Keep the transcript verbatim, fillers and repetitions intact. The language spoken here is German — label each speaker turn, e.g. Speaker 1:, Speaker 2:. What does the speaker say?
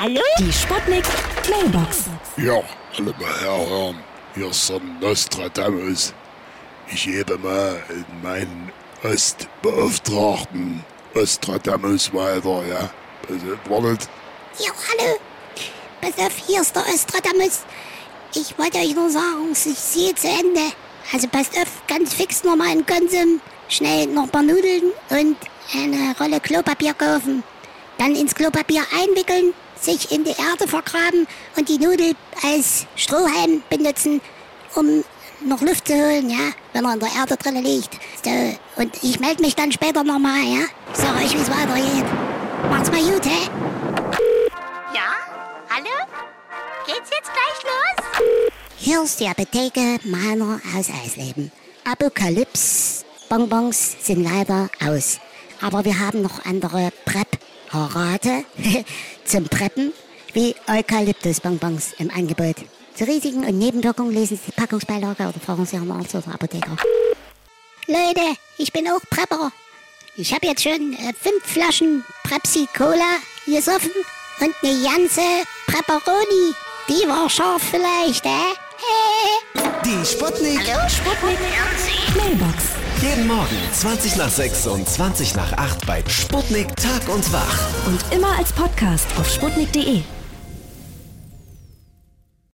Speaker 1: Hallo? Die Sputnik Mailbox.
Speaker 2: Ja, alle mal herhören. Hier ist der Nostradamus. Ich gebe mal in meinen Ostbeauftragten Ostradamus weiter, ja. Bitte, wartet.
Speaker 3: Ja, hallo. Pass auf, hier ist der Ostradamus. Ich wollte euch nur sagen, ich sehe zu Ende. Also passt auf, ganz fix nochmal einen Konsum, schnell noch ein paar Nudeln und eine Rolle Klopapier kaufen. Dann ins Klopapier einwickeln, sich in die Erde vergraben und die Nudel als Strohhalm benutzen, um noch Luft zu holen, ja, wenn er in der Erde drin liegt. So, und ich melde mich dann später nochmal, ja. Sag euch, wie es weitergeht. Macht's mal gut, hä?
Speaker 4: Ja? Hallo? Geht's jetzt gleich los?
Speaker 3: Hier ist die Apotheke meiner aus Eisleben. Apokalypse Bonbons sind leider aus. Aber wir haben noch andere Präparate zum Preppen, wie Eukalyptusbonbons im Angebot. Zu Risiken und Nebenwirkungen lesen Sie die Packungsbeilage oder fragen Sie Ihren Arzt oder Apotheker. Leute, ich bin auch Prepper. Ich habe jetzt schon äh, fünf Flaschen Prepsi Cola gesoffen und eine ganze Prepperoni. Die war scharf vielleicht, äh?
Speaker 5: Die Sputnik.
Speaker 4: Hallo, Sputnik.
Speaker 1: Mailbox.
Speaker 5: Jeden Morgen zwanzig nach sechs und zwanzig nach acht bei Sputnik Tag und Wach.
Speaker 1: Und immer als Podcast auf sputnik punkt de.